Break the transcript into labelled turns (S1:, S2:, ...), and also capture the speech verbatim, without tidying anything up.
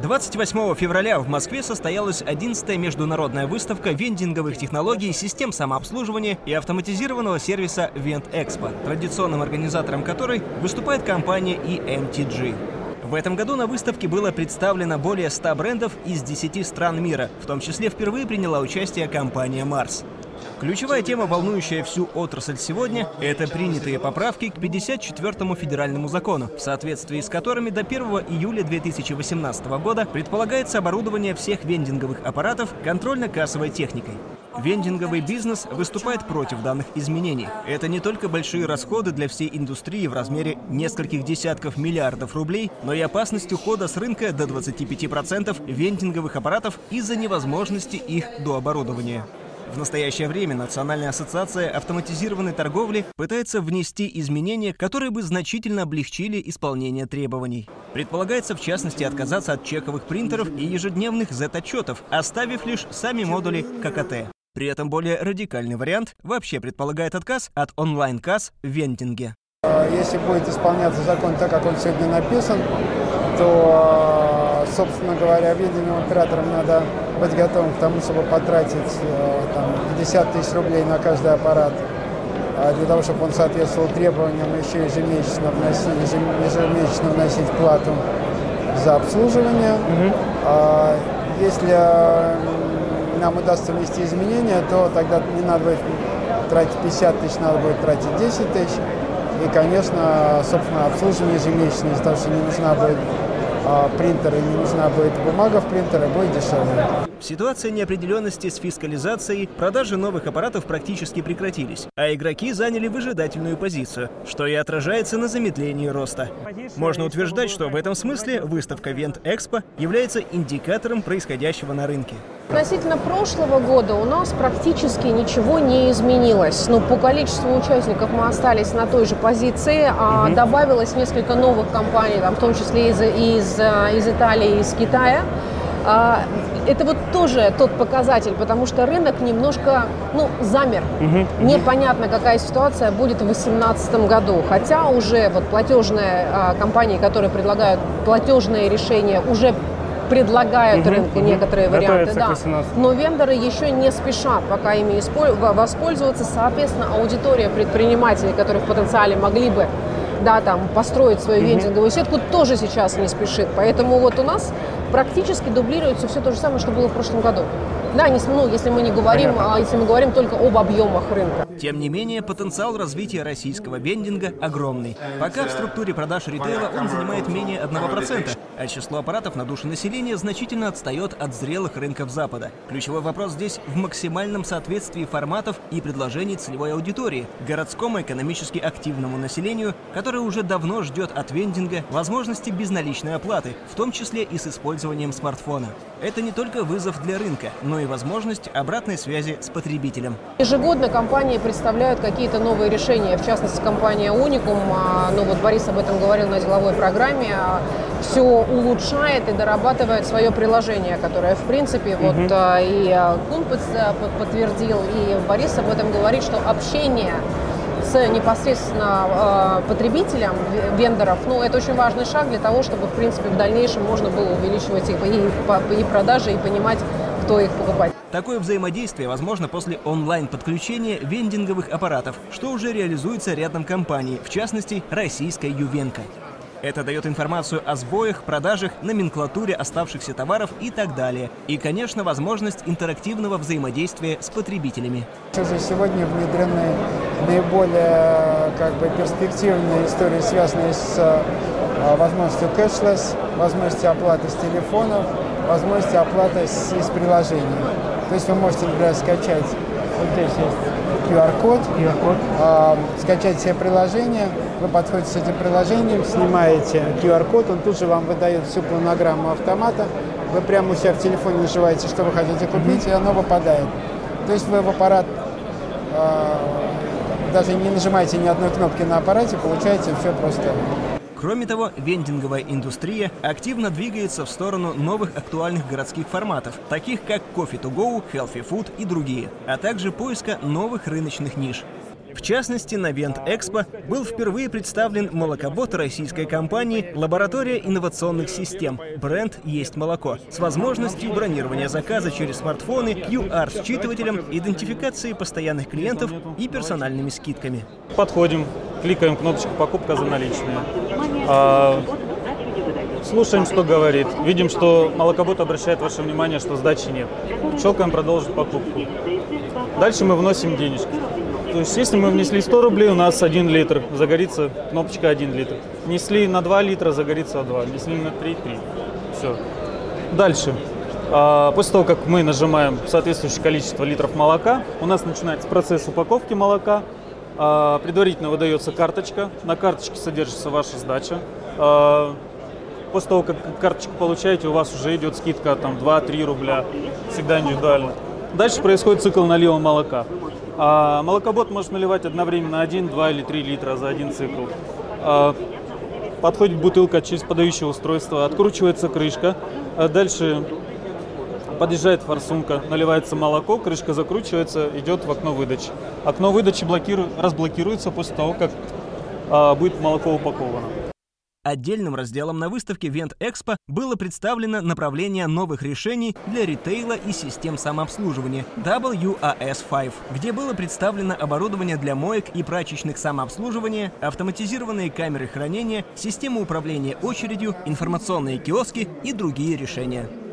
S1: двадцать восьмого февраля в Москве состоялась одиннадцатая международная выставка вендинговых технологий, систем самообслуживания и автоматизированного сервиса Вендэкспо, традиционным организатором которой выступает компания и эм ти джи. В этом году на выставке было представлено более ста брендов из десяти стран мира, в том числе впервые приняла участие компания Марс. Ключевая тема, волнующая всю отрасль сегодня, это принятые поправки к пятьдесят четвёртому федеральному закону, в соответствии с которыми до первого июля две тысячи восемнадцатого года предполагается оборудование всех вендинговых аппаратов контрольно-кассовой техникой. Вендинговый бизнес выступает против данных изменений. Это не только большие расходы для всей индустрии в размере нескольких десятков миллиардов рублей, но и опасность ухода с рынка до двадцати пяти процентов вендинговых аппаратов из-за невозможности их дооборудования. В настоящее время Национальная ассоциация автоматизированной торговли пытается внести изменения, которые бы значительно облегчили исполнение требований. Предполагается, в частности, отказаться от чековых принтеров и ежедневных зет-отчетов, оставив лишь сами модули ка ка тэ. При этом более радикальный вариант вообще предполагает отказ от онлайн-касс в вендинге.
S2: Если будет исполняться закон так, как он сегодня написан, то, собственно говоря, вендинговым операторам надо быть готовым к тому, чтобы потратить там, пятьдесят тысяч рублей на каждый аппарат, для того, чтобы он соответствовал требованиям, еще ежемесячно вносить, ежемесячно вносить плату за обслуживание. Mm-hmm. Если нам удастся внести изменения, то тогда не надо будет тратить пятьдесят тысяч, надо будет тратить десять тысяч. И, конечно, собственно, обслуживание ежемесячное, из-за того, что не нужна будет а, принтер и не нужна будет бумага в принтере, будет дешевле.
S1: В ситуации неопределенности с фискализацией продажи новых аппаратов практически прекратились, а игроки заняли выжидательную позицию, что и отражается на замедлении роста. Можно утверждать, что в этом смысле выставка Вендэкспо является индикатором происходящего на рынке.
S3: Относительно прошлого года у нас практически ничего не изменилось. Ну, по количеству участников мы остались на той же позиции, а mm-hmm. добавилось несколько новых компаний, там, в том числе из, из, из Италии, из Китая. Это вот тоже тот показатель, потому что рынок немножко, ну, замер. Uh-huh, uh-huh. Непонятно, какая ситуация будет в две тысячи восемнадцатом году. Хотя уже вот платежные а, компании, которые предлагают платежные решения, уже предлагают uh-huh, рынку uh-huh. некоторые варианты. Да. Но вендоры еще не спешат пока ими воспользоваться. Соответственно, аудитория предпринимателей, которые в потенциале могли бы да, там, построить свою uh-huh. вендинговую сетку, тоже сейчас не спешит. Поэтому вот у нас практически дублируется все то же самое, что было в прошлом году. Да, не, ну, если мы не говорим, а если мы говорим только об объемах рынка.
S1: Тем не менее, потенциал развития российского вендинга огромный. Пока в структуре продаж ритейла он занимает менее одного процента, а число аппаратов на душу населения значительно отстает от зрелых рынков Запада. Ключевой вопрос здесь в максимальном соответствии форматов и предложений целевой аудитории, городскому экономически активному населению, которое уже давно ждет от вендинга возможности безналичной оплаты, в том числе и с использованием смартфона. Это не только вызов для рынка, но и возможность обратной связи с потребителем.
S3: Ежегодно компании представляют какие-то новые решения, в частности, компания Unicum, ну вот Борис об этом говорил на деловой программе, все улучшает и дорабатывает свое приложение, которое, в принципе, mm-hmm. вот и Кунпец подтвердил, и Борис об этом говорит, что общение с непосредственно э, потребителям, вендоров, ну, это очень важный шаг для того, чтобы, в принципе, в дальнейшем можно было увеличивать их и, и продажи, и понимать, кто их покупает.
S1: Такое взаимодействие возможно после онлайн-подключения вендинговых аппаратов, что уже реализуется рядом компаний, в частности, российской Ювенко. Это дает информацию о сбоях, продажах, номенклатуре оставшихся товаров и так далее. И, конечно, возможность интерактивного взаимодействия с потребителями.
S2: Уже сегодня внедрены наиболее как бы, перспективные истории, связанные с а, возможностью кэшлесс, возможностью оплаты с телефонов, возможностью оплаты с, из приложений. То есть вы можете, например, скачать, вот здесь есть ку ар код, ку ар код. А, скачать себе приложение, вы подходите с этим приложением, снимаете ку ар код, он тут же вам выдает всю планограмму автомата, вы прямо у себя в телефоне нажимаете, что вы хотите купить, mm-hmm. и оно выпадает. То есть вы в аппарат, а, даже не нажимаете ни одной кнопки на аппарате, получаете все просто.
S1: Кроме того, вендинговая индустрия активно двигается в сторону новых актуальных городских форматов, таких как Coffee to go, Healthy Food и другие, а также поиска новых рыночных ниш. В частности, на Вент-Экспо был впервые представлен молокобот российской компании «Лаборатория инновационных систем». Бренд «Есть молоко» с возможностью бронирования заказа через смартфоны, ку ар-считывателем, идентификацией постоянных клиентов и персональными скидками.
S4: Подходим, кликаем кнопочку «Покупка за наличные». А, слушаем, что говорит. Видим, что молокобот обращает ваше внимание, что сдачи нет. Щелкаем «Продолжить покупку». Дальше мы вносим денежки. То есть, если мы внесли сто рублей, у нас один литр, загорится кнопочка один литр. Внесли на два литра, загорится два. Внесли на три, три. Все. Дальше. А, после того, как мы нажимаем соответствующее количество литров молока, у нас начинается процесс упаковки молока. А, предварительно выдается карточка. На карточке содержится ваша сдача. А, после того, как карточку получаете, у вас уже идет скидка там два-три рубля. Всегда индивидуально. Дальше происходит цикл налива молока. А молокобот может наливать одновременно один, два или три литра за один цикл. А, подходит бутылка через подающее устройство, откручивается крышка. А дальше подъезжает форсунка, наливается молоко, крышка закручивается, идет в окно выдачи. Окно выдачи блокиру... разблокируется после того, как а, будет молоко упаковано.
S1: Отдельным разделом на выставке Вент-Экспо было представлено направление новых решений для ритейла и систем самообслуживания дабл ю эй эс пять, где было представлено оборудование для моек и прачечных самообслуживания, автоматизированные камеры хранения, системы управления очередью, информационные киоски и другие решения.